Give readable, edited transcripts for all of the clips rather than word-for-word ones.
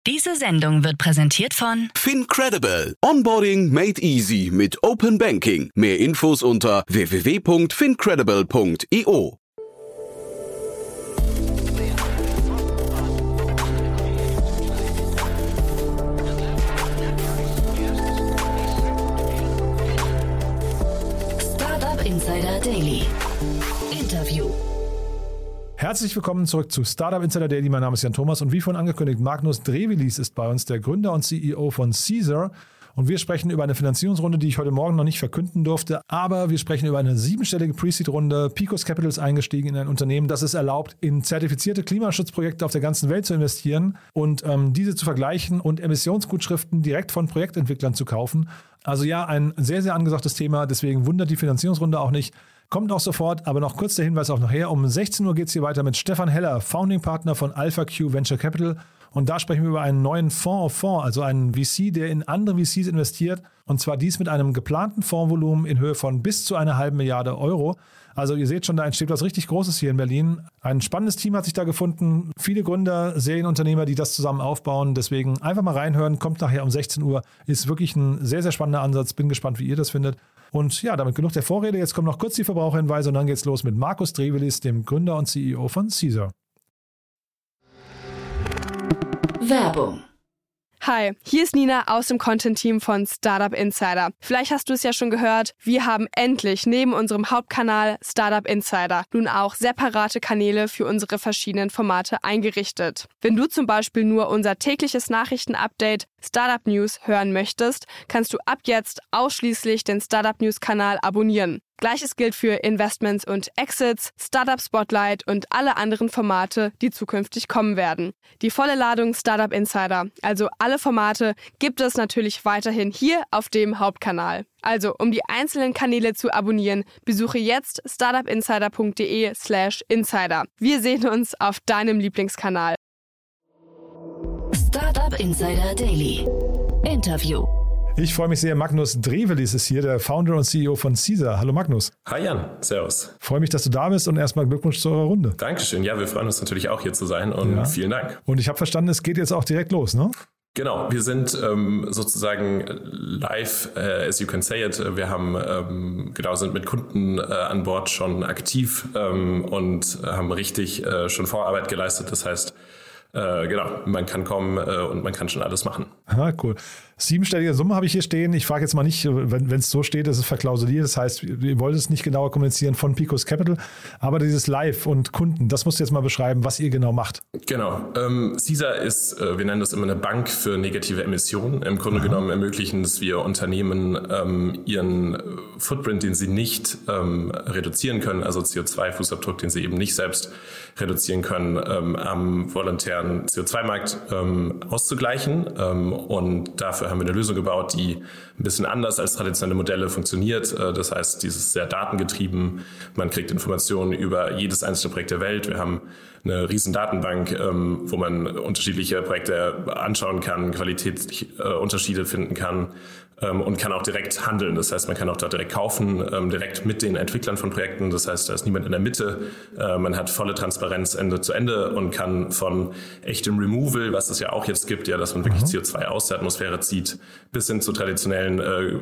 Diese Sendung wird präsentiert von FinCredible. Onboarding made easy mit Open Banking. Mehr Infos unter www.fincredible.io. Startup Insider Daily. Interview. Herzlich willkommen zurück zu Startup Insider Daily. Mein Name ist Jan Thomas und wie vorhin angekündigt, Magnus Drevelis ist bei uns, der Gründer und CEO von Caesar. Und wir sprechen über eine Finanzierungsrunde, die ich heute Morgen noch nicht verkünden durfte. Aber wir sprechen über eine 7-stellige Pre-Seed-Runde. Picos Capital ist eingestiegen in ein Unternehmen, das es erlaubt, in zertifizierte Klimaschutzprojekte auf der ganzen Welt zu investieren und diese zu vergleichen und Emissionsgutschriften direkt von Projektentwicklern zu kaufen. Also ja, ein sehr, sehr angesagtes Thema. Deswegen wundert die Finanzierungsrunde auch nicht. Kommt auch sofort, aber noch kurz der Hinweis auch nachher. Um 16 Uhr geht es hier weiter mit Stefan Heller, Founding Partner von AlphaQ Venture Capital. Und da sprechen wir über einen neuen Fonds auf Fonds, also einen VC, der in andere VCs investiert. Und zwar dies mit einem geplanten Fondsvolumen in Höhe von bis zu 1,5 Milliarde Euro. Also ihr seht schon, da entsteht was richtig Großes hier in Berlin. Ein spannendes Team hat sich da gefunden. Viele Gründer, Serienunternehmer, die das zusammen aufbauen. Deswegen einfach mal reinhören. Kommt nachher um 16 Uhr. Ist wirklich ein sehr, sehr spannender Ansatz. Bin gespannt, wie ihr das findet. Und ja, damit genug der Vorrede. Jetzt kommen noch kurz die Verbraucherhinweise und dann geht's los mit Markus Drevelis, dem Gründer und CEO von Caesar. Werbung. Hi, hier ist Nina aus dem Content-Team von Startup Insider. Vielleicht hast du es ja schon gehört, wir haben endlich neben unserem Hauptkanal Startup Insider nun auch separate Kanäle für unsere verschiedenen Formate eingerichtet. Wenn du zum Beispiel nur unser tägliches Nachrichtenupdate Startup News hören möchtest, kannst du ab jetzt ausschließlich den Startup News-Kanal abonnieren. Gleiches gilt für Investments und Exits, Startup Spotlight und alle anderen Formate, die zukünftig kommen werden. Die volle Ladung Startup Insider, also alle Formate, gibt es natürlich weiterhin hier auf dem Hauptkanal. Also, um die einzelnen Kanäle zu abonnieren, besuche jetzt startupinsider.de/insider. Wir sehen uns auf deinem Lieblingskanal. Startup Insider Daily. Interview. Ich freue mich sehr, Magnus Drevelis ist hier, der Founder und CEO von Caesar. Hallo Magnus. Hi Jan, servus. Freue mich, dass du da bist und erstmal Glückwunsch zu eurer Runde. Dankeschön, ja, wir freuen uns natürlich auch hier zu sein und vielen Dank. Und ich habe verstanden, es geht jetzt auch direkt los, ne? Genau, wir sind sozusagen live, as you can say it. Wir haben sind mit Kunden an Bord schon aktiv und haben richtig schon Vorarbeit geleistet. Das heißt, man kann kommen und man kann schon alles machen. Ah, cool. 7-stellige Summe habe ich hier stehen. Ich frage jetzt mal nicht, wenn es so steht, ist es verklausuliert. Das heißt, ihr wollt es nicht genauer kommunizieren von Picos Capital. Aber dieses Live und Kunden, das musst du jetzt mal beschreiben, was ihr genau macht. Genau. Caesar ist, wir nennen das immer eine Bank für negative Emissionen. Im Grunde genommen ermöglichen es wir Unternehmen, ihren Footprint, den sie nicht reduzieren können, also CO2-Fußabdruck, den sie eben nicht selbst reduzieren können, am volontären CO2-Markt auszugleichen. Und dafür haben wir eine Lösung gebaut, die ein bisschen anders als traditionelle Modelle funktioniert. Das heißt, dieses sehr datengetrieben. Man kriegt Informationen über jedes einzelne Projekt der Welt. Wir haben eine riesen Datenbank, wo man unterschiedliche Projekte anschauen kann, Qualitätsunterschiede finden kann und kann auch direkt handeln. Das heißt, man kann auch dort direkt kaufen, direkt mit den Entwicklern von Projekten. Das heißt, da ist niemand in der Mitte. Man hat volle Transparenz Ende zu Ende und kann von echtem Removal, was es ja auch jetzt gibt, ja, dass man wirklich CO2 aus der Atmosphäre zieht, bis hin zu traditionellen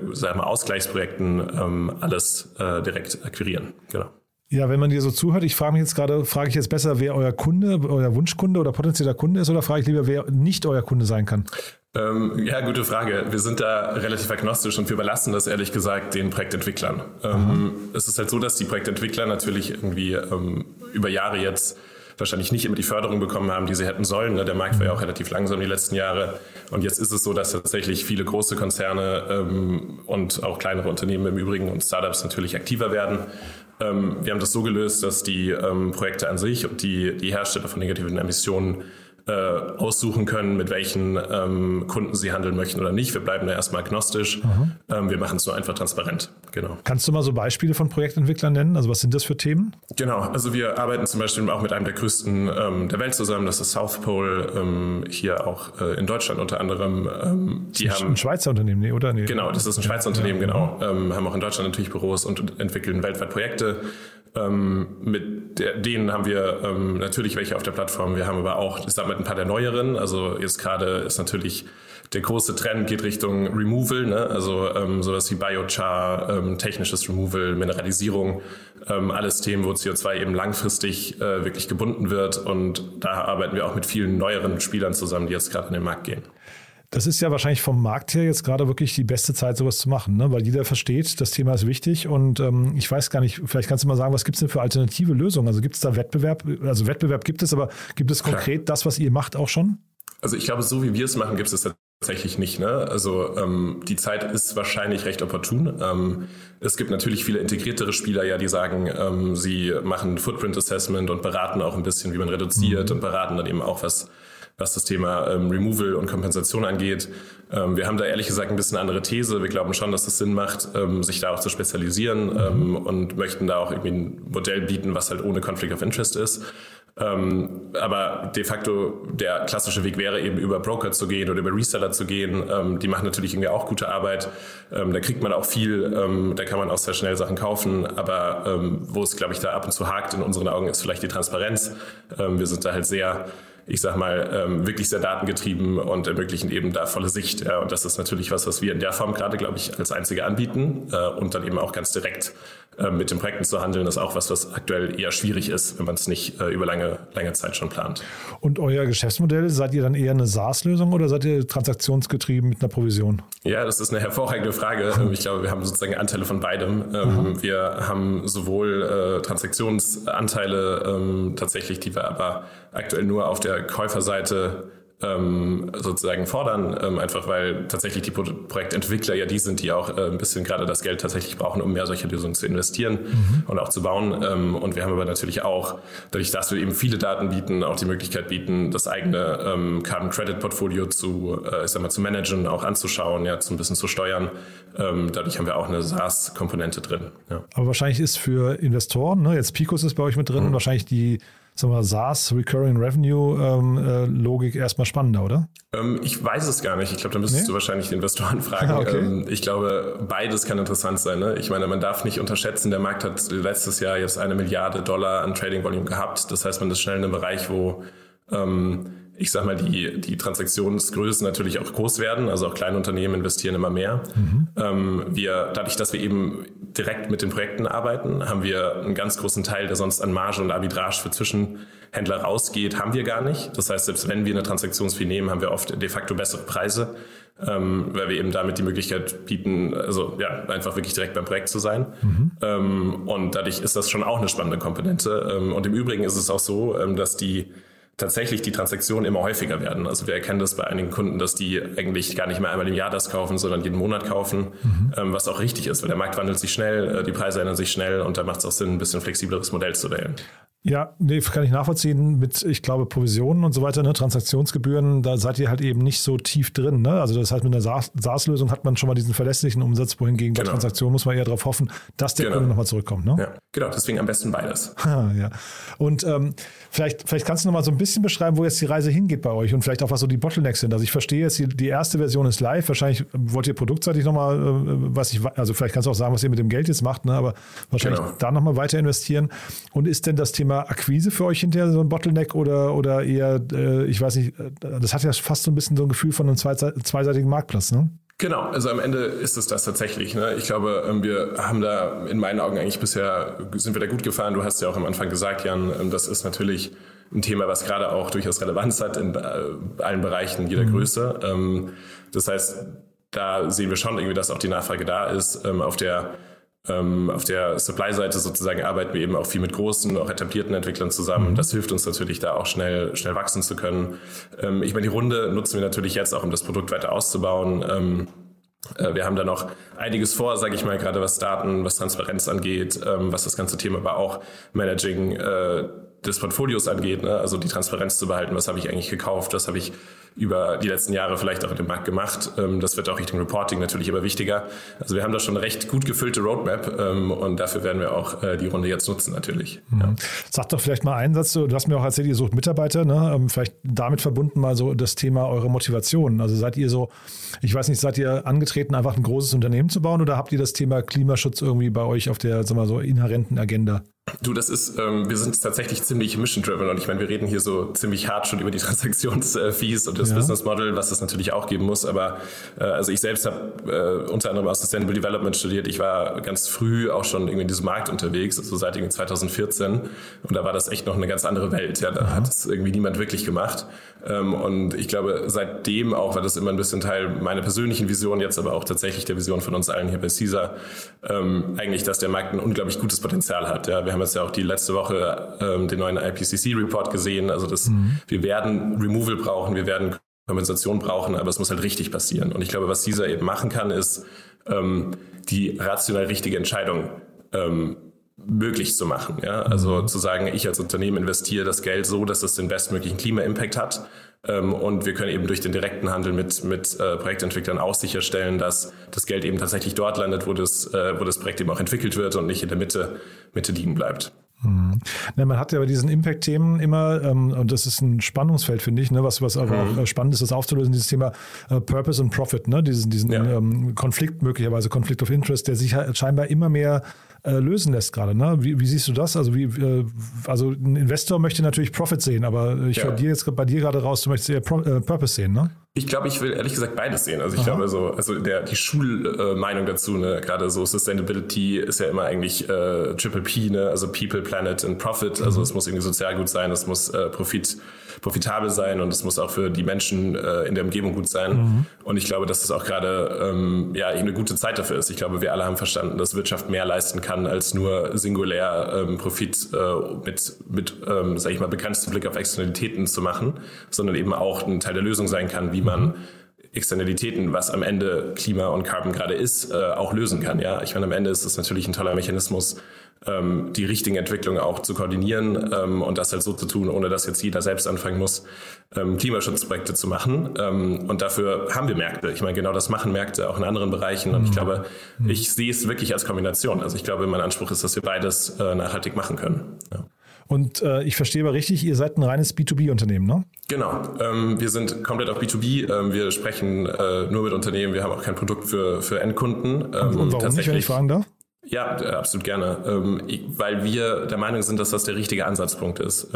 Ausgleichsprojekten alles direkt akquirieren. Genau. Ja, wenn man dir so zuhört, frage ich jetzt besser, wer euer Kunde, euer Wunschkunde oder potenzieller Kunde ist, oder frage ich lieber, wer nicht euer Kunde sein kann? Ja, gute Frage. Wir sind da relativ agnostisch und wir überlassen das ehrlich gesagt den Projektentwicklern. Es ist halt so, dass die Projektentwickler natürlich irgendwie über Jahre jetzt wahrscheinlich nicht immer die Förderung bekommen haben, die sie hätten sollen. Der Markt war ja auch relativ langsam die letzten Jahre. Und jetzt ist es so, dass tatsächlich viele große Konzerne und auch kleinere Unternehmen im Übrigen und Startups natürlich aktiver werden. Wir haben das so gelöst, dass die Projekte an sich und die Hersteller von negativen Emissionen aussuchen können, mit welchen Kunden sie handeln möchten oder nicht. Wir bleiben da erstmal agnostisch. Wir machen es nur einfach transparent. Genau. Kannst du mal so Beispiele von Projektentwicklern nennen? Also was sind das für Themen? Genau, also wir arbeiten zum Beispiel auch mit einem der größten der Welt zusammen. Das ist South Pole, hier auch in Deutschland unter anderem. Die haben ein Schweizer Unternehmen, oder? Nee. Genau, das ist ein Schweizer Unternehmen, genau. Haben auch in Deutschland natürlich Büros und entwickeln weltweit Projekte. Mit denen haben wir natürlich welche auf der Plattform. Wir haben aber auch, ich sag mal, ein paar der neueren. Also jetzt gerade ist natürlich der große Trend geht Richtung Removal, ne? Also sowas wie Biochar, technisches Removal, Mineralisierung, alles Themen, wo CO2 eben langfristig wirklich gebunden wird. Und da arbeiten wir auch mit vielen neueren Spielern zusammen, die jetzt gerade an den Markt gehen. Das ist ja wahrscheinlich vom Markt her jetzt gerade wirklich die beste Zeit, sowas zu machen, ne? Weil jeder versteht, das Thema ist wichtig und ich weiß gar nicht, vielleicht kannst du mal sagen, was gibt es denn für alternative Lösungen? Also gibt es da Wettbewerb? Also Wettbewerb gibt es, aber gibt es konkret das, was ihr macht, auch schon? Also ich glaube, so wie wir es machen, gibt es tatsächlich nicht. Ne? Also die Zeit ist wahrscheinlich recht opportun. Es gibt natürlich viele integriertere Spieler, ja, die sagen, sie machen Footprint Assessment und beraten auch ein bisschen, wie man reduziert und beraten dann eben auch, was das Thema Removal und Kompensation angeht. Wir haben da ehrlich gesagt ein bisschen andere These. Wir glauben schon, dass es Sinn macht, sich da auch zu spezialisieren und möchten da auch irgendwie ein Modell bieten, was halt ohne Conflict of Interest ist. Aber de facto der klassische Weg wäre eben über Broker zu gehen oder über Reseller zu gehen. Die machen natürlich irgendwie auch gute Arbeit. Da kriegt man auch viel, da kann man auch sehr schnell Sachen kaufen. Aber wo es, glaube ich, da ab und zu hakt in unseren Augen, ist vielleicht die Transparenz. Wir sind da halt sehr, ich sag mal, wirklich sehr datengetrieben und ermöglichen eben da volle Sicht. Ja. Und das ist natürlich was wir in der Form gerade, glaube ich, als einzige anbieten und dann eben auch ganz direkt mit den Projekten zu handeln, ist auch was aktuell eher schwierig ist, wenn man es nicht über lange Zeit schon plant. Und euer Geschäftsmodell, seid ihr dann eher eine SaaS-Lösung oder seid ihr transaktionsgetrieben mit einer Provision? Ja, das ist eine hervorragende Frage. Ich glaube, wir haben sozusagen Anteile von beidem. Wir haben sowohl Transaktionsanteile tatsächlich, die wir aber aktuell nur auf der Käuferseite sozusagen fordern, einfach weil tatsächlich die Projektentwickler ja die sind, die auch ein bisschen gerade das Geld tatsächlich brauchen, um mehr solche Lösungen zu investieren und auch zu bauen. Und wir haben aber natürlich auch, dadurch, dass wir eben viele Daten bieten, auch die Möglichkeit bieten, das eigene Carbon Credit Portfolio zu managen, auch anzuschauen, ja, ein bisschen zu steuern. Dadurch haben wir auch eine SaaS-Komponente drin. Ja. Aber wahrscheinlich ist für Investoren, ne, jetzt Picus ist bei euch mit drin, wahrscheinlich die SaaS, Recurring Revenue Logik erstmal spannender, oder? Ich weiß es gar nicht. Ich glaube, da müsstest du wahrscheinlich die Investoren fragen. Okay. Ich glaube, beides kann interessant sein. Ne? Ich meine, man darf nicht unterschätzen, der Markt hat letztes Jahr jetzt $1 Milliarde an Trading Volume gehabt. Das heißt, man ist schnell in einem Bereich, wo ich sag mal, die Transaktionsgrößen natürlich auch groß werden. Also auch kleine Unternehmen investieren immer mehr. Dadurch, dass wir eben direkt mit den Projekten arbeiten, haben wir einen ganz großen Teil, der sonst an Marge und Arbitrage für Zwischenhändler rausgeht, haben wir gar nicht. Das heißt, selbst wenn wir eine Transaktionsfee nehmen, haben wir oft de facto bessere Preise, weil wir eben damit die Möglichkeit bieten, also ja, einfach wirklich direkt beim Projekt zu sein. Und dadurch ist das schon auch eine spannende Komponente. Und im Übrigen ist es auch so, dass tatsächlich die Transaktionen immer häufiger werden. Also wir erkennen das bei einigen Kunden, dass die eigentlich gar nicht mehr einmal im Jahr das kaufen, sondern jeden Monat kaufen, was auch richtig ist, weil der Markt wandelt sich schnell, die Preise ändern sich schnell und da macht es auch Sinn, ein bisschen flexibleres Modell zu wählen. Ja, nee, kann ich nachvollziehen mit, ich glaube, Provisionen und so weiter, ne, Transaktionsgebühren, da seid ihr halt eben nicht so tief drin. Ne? Also das heißt, mit einer SaaS-Lösung hat man schon mal diesen verlässlichen Umsatz, wohingegen bei Transaktionen muss man eher darauf hoffen, dass der Kunde nochmal zurückkommt. Ne? Ja, genau, deswegen am besten beides. Ja. Und vielleicht kannst du noch mal so ein bisschen beschreiben, wo jetzt die Reise hingeht bei euch und vielleicht auch, was so die Bottlenecks sind. Also ich verstehe jetzt, die erste Version ist live, wahrscheinlich wollt ihr produktseitig nochmal, also vielleicht kannst du auch sagen, was ihr mit dem Geld jetzt macht, ne? Aber wahrscheinlich da nochmal weiter investieren. Und ist denn das Thema Akquise für euch hinterher so ein Bottleneck oder eher, ich weiß nicht, das hat ja fast so ein bisschen so ein Gefühl von einem zweiseitigen Marktplatz, ne? Genau, also am Ende ist es das tatsächlich. Ne? Ich glaube, wir haben da in meinen Augen eigentlich sind wir da gut gefahren. Du hast ja auch am Anfang gesagt, Jan, das ist natürlich ein Thema, was gerade auch durchaus Relevanz hat in allen Bereichen jeder Größe. Das heißt, da sehen wir schon irgendwie, dass auch die Nachfrage da ist. Auf der Supply-Seite sozusagen arbeiten wir eben auch viel mit großen, auch etablierten Entwicklern zusammen. Das hilft uns natürlich, da auch schnell wachsen zu können. Ich meine, die Runde nutzen wir natürlich jetzt auch, um das Produkt weiter auszubauen. Wir haben da noch einiges vor, sage ich mal, gerade was Daten, was Transparenz angeht, was das ganze Thema aber auch Managing des Portfolios angeht, ne? Also die Transparenz zu behalten, was habe ich eigentlich gekauft, was habe ich über die letzten Jahre vielleicht auch in dem Markt gemacht. Das wird auch Richtung Reporting natürlich immer wichtiger. Also wir haben da schon eine recht gut gefüllte Roadmap und dafür werden wir auch die Runde jetzt nutzen natürlich. Ja. Sag doch vielleicht mal einen Satz, du hast mir auch erzählt, ihr sucht Mitarbeiter, ne? Vielleicht damit verbunden mal so das Thema eure Motivation. Also seid ihr so, ich weiß nicht, seid ihr angetreten, einfach ein großes Unternehmen zu bauen oder habt ihr das Thema Klimaschutz irgendwie bei euch auf der, sagen wir mal so, inhärenten Agenda? Du, das ist, wir sind tatsächlich ziemlich mission-driven und ich meine, wir reden hier so ziemlich hart schon über die Transaktionsfees und das Business Model, was es natürlich auch geben muss, aber also ich selbst habe unter anderem auch Sustainable Development studiert. Ich war ganz früh auch schon irgendwie in diesem Markt unterwegs, also seit irgendwie 2014 und da war das echt noch eine ganz andere Welt. Ja, da hat es irgendwie niemand wirklich gemacht und ich glaube, seitdem auch war das immer ein bisschen Teil meiner persönlichen Vision, jetzt aber auch tatsächlich der Vision von uns allen hier bei Caesar, eigentlich, dass der Markt ein unglaublich gutes Potenzial hat. Ja, wir haben jetzt ja auch die letzte Woche den neuen IPCC-Report gesehen. Also wir werden Removal brauchen, wir werden Kompensation brauchen, aber es muss halt richtig passieren. Und ich glaube, was Caesar eben machen kann, ist die rational richtige Entscheidung möglich zu machen. Ja? Also zu sagen, ich als Unternehmen investiere das Geld so, dass es den bestmöglichen Klima-Impact hat. Und wir können eben durch den direkten Handel mit Projektentwicklern auch sicherstellen, dass das Geld eben tatsächlich dort landet, wo das Projekt eben auch entwickelt wird und nicht in der Mitte liegen bleibt. Ja, man hat ja bei diesen Impact-Themen immer, und das ist ein Spannungsfeld, finde ich, ne, was aber auch spannend ist, das aufzulösen, dieses Thema Purpose und Profit, ne, diesen Konflikt möglicherweise, Conflict of Interest, der sich halt scheinbar immer mehr lösen lässt gerade. Ne? Wie siehst du das? Also ein Investor möchte natürlich Profit sehen, aber ich höre dir jetzt bei dir gerade raus, du möchtest eher Purpose sehen, ne? Ich glaube, ich will ehrlich gesagt beides sehen. Also ich glaube, die Schulmeinung dazu, ne, gerade so Sustainability ist ja immer eigentlich Triple P, ne, also People, Planet and Profit. Also es muss irgendwie sozial gut sein, es muss profitabel sein und es muss auch für die Menschen in der Umgebung gut sein. Und ich glaube, dass es auch gerade eine gute Zeit dafür ist. Ich glaube, wir alle haben verstanden, dass Wirtschaft mehr leisten kann als nur singulär Profit mit sage ich mal, begrenztem Blick auf Externalitäten zu machen, sondern eben auch ein Teil der Lösung sein kann, wie man Externalitäten, was am Ende Klima und Carbon gerade ist, auch lösen kann. Ja, ich meine, am Ende ist es natürlich ein toller Mechanismus, die richtigen Entwicklungen auch zu koordinieren und das halt so zu tun, ohne dass jetzt jeder selbst anfangen muss, Klimaschutzprojekte zu machen. Und dafür haben wir Märkte. Ich meine, genau das machen Märkte auch in anderen Bereichen. Und ich glaube, ich sehe es wirklich als Kombination. Also ich glaube, mein Anspruch ist, dass wir beides nachhaltig machen können. Ja. Und ich verstehe aber richtig, ihr seid ein reines B2B-Unternehmen, ne? Genau, wir sind komplett auf B2B. Wir sprechen nur mit Unternehmen. Wir haben auch kein Produkt für Endkunden. Und warum nicht, wenn ich fragen darf? Ja, absolut gerne. Weil wir der Meinung sind, dass das der richtige Ansatzpunkt ist.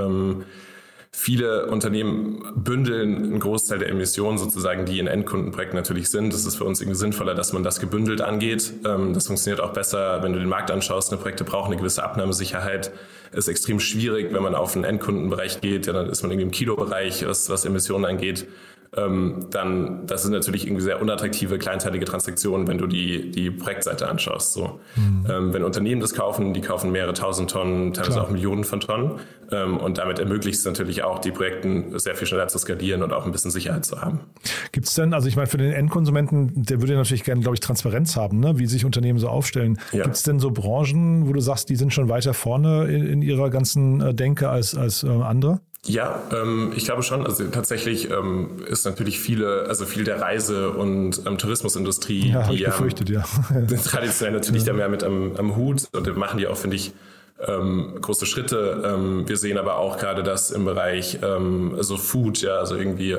Viele Unternehmen bündeln einen Großteil der Emissionen sozusagen, die in Endkundenprojekten natürlich sind. Das ist für uns irgendwie sinnvoller, dass man das gebündelt angeht. Das funktioniert auch besser, wenn du den Markt anschaust. Projekte brauchen eine gewisse Abnahmesicherheit. Ist extrem schwierig, wenn man auf einen Endkundenbereich geht. Ja, dann ist man irgendwie im Kilobereich, was Emissionen angeht. Dann, das sind natürlich irgendwie sehr unattraktive, kleinteilige Transaktionen, wenn du die Projektseite anschaust. So. Wenn Unternehmen das kaufen, die kaufen mehrere tausend Tonnen, teilweise auch Millionen von Tonnen. Und damit ermöglicht es natürlich auch, die Projekte sehr viel schneller zu skalieren und auch ein bisschen Sicherheit zu haben. Gibt es denn, also ich meine, für den Endkonsumenten, der würde natürlich gerne, glaube ich, Transparenz haben, ne? Wie sich Unternehmen so aufstellen. Ja. Gibt es denn so Branchen, wo du sagst, die sind schon weiter vorne in ihrer ganzen Denke als andere? Ja, ich glaube schon. Also tatsächlich ist natürlich viel der Reise- und Tourismusindustrie, die traditionell natürlich da mehr mit am Hut und machen die auch, finde ich, große Schritte. Wir sehen aber auch gerade, dass im Bereich so Food, ja, also irgendwie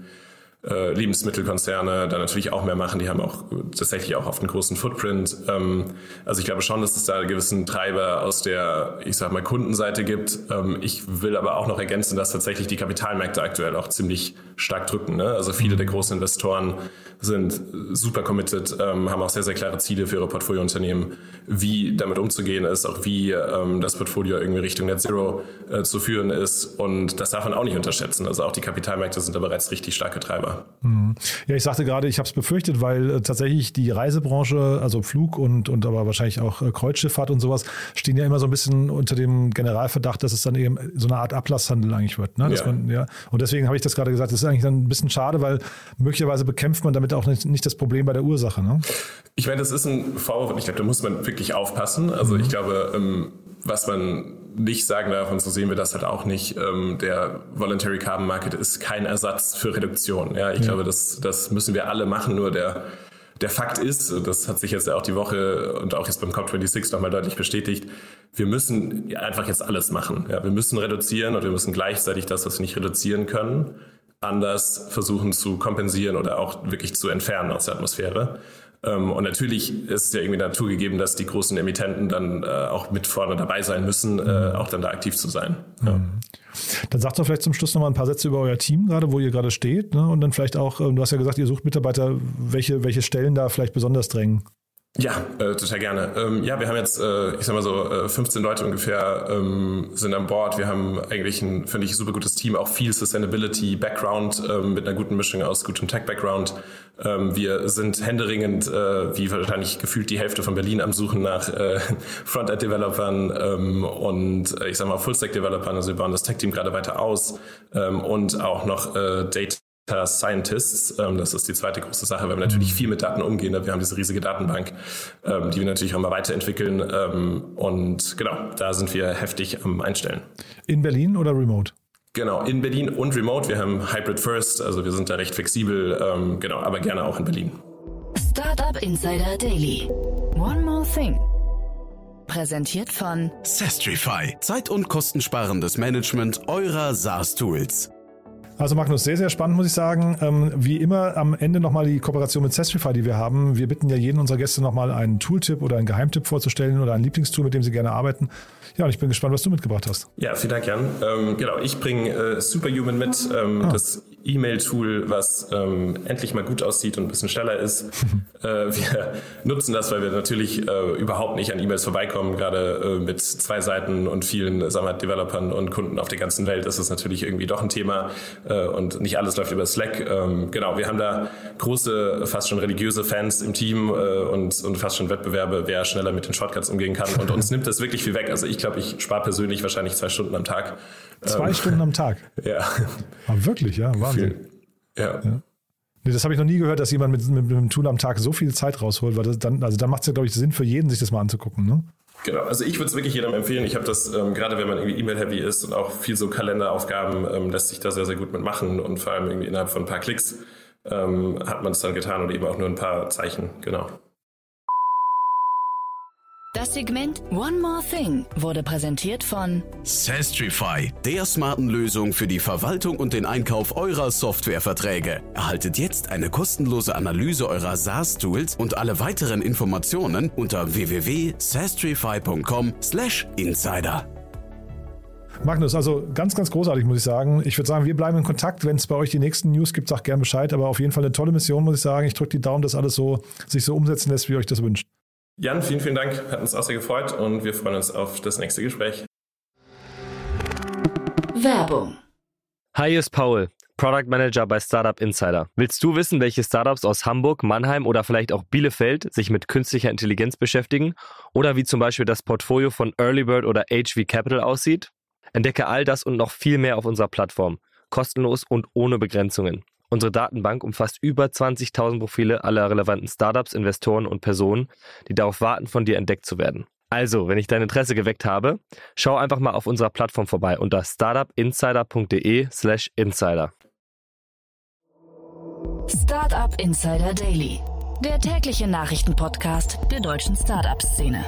Lebensmittelkonzerne da natürlich auch mehr machen. Die haben auch tatsächlich auch oft einen großen Footprint. Also ich glaube schon, dass es da einen gewissen Treiber aus der, ich sag mal, Kundenseite gibt. Ich will aber auch noch ergänzen, dass tatsächlich die Kapitalmärkte aktuell auch ziemlich stark drücken. Ne? Also viele der großen Investoren sind super committed, haben auch sehr, sehr klare Ziele für ihre Portfoliounternehmen, wie damit umzugehen ist, auch wie das Portfolio irgendwie Richtung Net Zero zu führen ist. Und das darf man auch nicht unterschätzen. Also auch die Kapitalmärkte sind da bereits richtig starke Treiber. Ja, ich sagte gerade, ich habe es befürchtet, weil tatsächlich die Reisebranche, also Flug und aber wahrscheinlich auch Kreuzschifffahrt und sowas, stehen ja immer so ein bisschen unter dem Generalverdacht, dass es dann eben so eine Art Ablasshandel eigentlich wird. Ne? Und deswegen habe ich das gerade gesagt, das ist eigentlich dann ein bisschen schade, weil möglicherweise bekämpft man damit auch nicht das Problem bei der Ursache. Ne? Ich meine, das ist ein Vorwurf und ich glaube, da muss man wirklich aufpassen. Also ich glaube, was man nicht sagen darf, und so sehen wir das halt auch nicht, der Voluntary Carbon Market ist kein Ersatz für Reduktion. Ja, ich glaube, das müssen wir alle machen, nur der Fakt ist, das hat sich jetzt auch die Woche und auch jetzt beim COP26 nochmal deutlich bestätigt, wir müssen einfach jetzt alles machen. Ja, wir müssen reduzieren und wir müssen gleichzeitig das, was wir nicht reduzieren können, anders versuchen zu kompensieren oder auch wirklich zu entfernen aus der Atmosphäre. Und natürlich ist es ja irgendwie naturgegeben, dass die großen Emittenten dann auch mit vorne dabei sein müssen, auch dann da aktiv zu sein. Ja. Dann sagt doch vielleicht zum Schluss nochmal ein paar Sätze über euer Team gerade, wo ihr gerade steht. Ne? Und dann vielleicht auch, du hast ja gesagt, ihr sucht Mitarbeiter, welche Stellen da vielleicht besonders drängen. Ja, total gerne. Ja, wir haben jetzt, 15 Leute ungefähr sind an Bord. Wir haben eigentlich ein, finde ich, super gutes Team, auch viel Sustainability-Background mit einer guten Mischung aus gutem Tech-Background. Wir sind händeringend, wie wahrscheinlich gefühlt die Hälfte von Berlin, am Suchen nach Frontend-Developern und Full-Stack-Developern. Also wir bauen das Tech-Team gerade weiter aus und auch noch Data Scientists, das ist die zweite große Sache, weil wir natürlich viel mit Daten umgehen. Wir haben diese riesige Datenbank, die wir natürlich auch mal weiterentwickeln. Und genau, da sind wir heftig am Einstellen. In Berlin oder remote? Genau, in Berlin und remote. Wir haben Hybrid First, also wir sind da recht flexibel, aber gerne auch in Berlin. Startup Insider Daily. One more thing. Präsentiert von Sastrify. Zeit- und kostensparendes Management eurer SaaS-Tools. Also Magnus, sehr, sehr spannend, muss ich sagen. Wie immer am Ende nochmal die Kooperation mit Sastrify, die wir haben. Wir bitten ja jeden unserer Gäste nochmal einen Tooltip oder einen Geheimtipp vorzustellen oder ein Lieblingstool, mit dem sie gerne arbeiten. Ja, und ich bin gespannt, was du mitgebracht hast. Ja, vielen Dank, Jan. Ich bringe Superhuman mit, das E-Mail-Tool, was endlich mal gut aussieht und ein bisschen schneller ist. Wir nutzen das, weil wir natürlich überhaupt nicht an E-Mails vorbeikommen. Gerade mit 2 Seiten und vielen Developern und Kunden auf der ganzen Welt ist das natürlich irgendwie doch ein Thema. Und nicht alles läuft über Slack. Wir haben da große, fast schon religiöse Fans im Team und fast schon Wettbewerbe, wer schneller mit den Shortcuts umgehen kann. Und uns nimmt das wirklich viel weg. Also ich glaube, ich spare persönlich wahrscheinlich 2 Stunden am Tag. 2 Stunden am Tag? Ja. Aber wirklich, ja, Wahnsinn. Ja. Nee, das habe ich noch nie gehört, dass jemand mit einem Tool am Tag so viel Zeit rausholt, weil dann macht es ja, glaube ich, Sinn für jeden, sich das mal anzugucken, ne? Genau, also ich würde es wirklich jedem empfehlen. Ich habe das, gerade wenn man irgendwie E-Mail-heavy ist und auch viel so Kalenderaufgaben, lässt sich da sehr, sehr gut mitmachen und vor allem irgendwie innerhalb von ein paar Klicks hat man es dann getan oder eben auch nur ein paar Zeichen, genau. Das Segment One More Thing wurde präsentiert von Sastrify, der smarten Lösung für die Verwaltung und den Einkauf eurer Softwareverträge. Erhaltet jetzt eine kostenlose Analyse eurer SaaS-Tools und alle weiteren Informationen unter www.sastrify.com/insider. Magnus, also ganz, ganz großartig, muss ich sagen. Ich würde sagen, wir bleiben in Kontakt. Wenn es bei euch die nächsten News gibt, sagt gerne Bescheid. Aber auf jeden Fall eine tolle Mission, muss ich sagen. Ich drücke die Daumen, dass alles sich so umsetzen lässt, wie ihr euch das wünscht. Jan, vielen, vielen Dank. Hat uns auch sehr gefreut und wir freuen uns auf das nächste Gespräch. Werbung. Hi, hier ist Paul, Product Manager bei Startup Insider. Willst du wissen, welche Startups aus Hamburg, Mannheim oder vielleicht auch Bielefeld sich mit künstlicher Intelligenz beschäftigen? Oder wie zum Beispiel das Portfolio von Earlybird oder HV Capital aussieht? Entdecke all das und noch viel mehr auf unserer Plattform. Kostenlos und ohne Begrenzungen. Unsere Datenbank umfasst über 20.000 Profile aller relevanten Startups, Investoren und Personen, die darauf warten, von dir entdeckt zu werden. Also, wenn ich dein Interesse geweckt habe, schau einfach mal auf unserer Plattform vorbei unter startupinsider.de/insider. Startup Insider Daily, der tägliche Nachrichtenpodcast der deutschen Startup-Szene.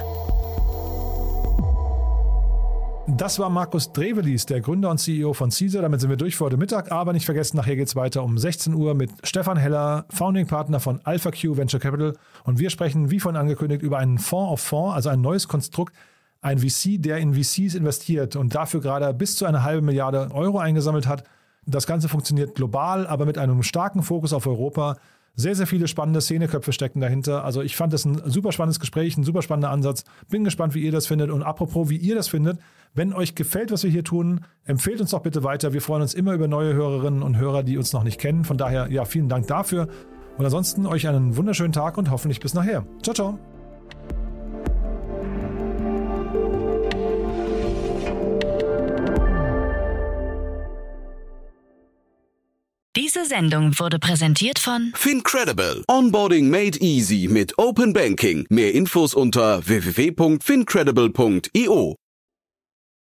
Das war Markus Drevelis, der Gründer und CEO von Caesar. Damit sind wir durch für heute Mittag. Aber nicht vergessen, nachher geht es weiter um 16 Uhr mit Stefan Heller, Founding Partner von AlphaQ Venture Capital. Und wir sprechen, wie vorhin angekündigt, über einen Fonds of Fonds, also ein neues Konstrukt, ein VC, der in VCs investiert und dafür gerade bis zu 1,5 Milliarde Euro eingesammelt hat. Das Ganze funktioniert global, aber mit einem starken Fokus auf Europa. Sehr, sehr viele spannende Szeneköpfe stecken dahinter. Also ich fand das ein super spannendes Gespräch, ein super spannender Ansatz. Bin gespannt, wie ihr das findet. Und apropos, wie ihr das findet, wenn euch gefällt, was wir hier tun, empfehlt uns doch bitte weiter. Wir freuen uns immer über neue Hörerinnen und Hörer, die uns noch nicht kennen. Von daher, ja, vielen Dank dafür. Und ansonsten euch einen wunderschönen Tag und hoffentlich bis nachher. Ciao, ciao. Diese Sendung wurde präsentiert von Fincredible. Onboarding made easy mit Open Banking. Mehr Infos unter www.fincredible.io.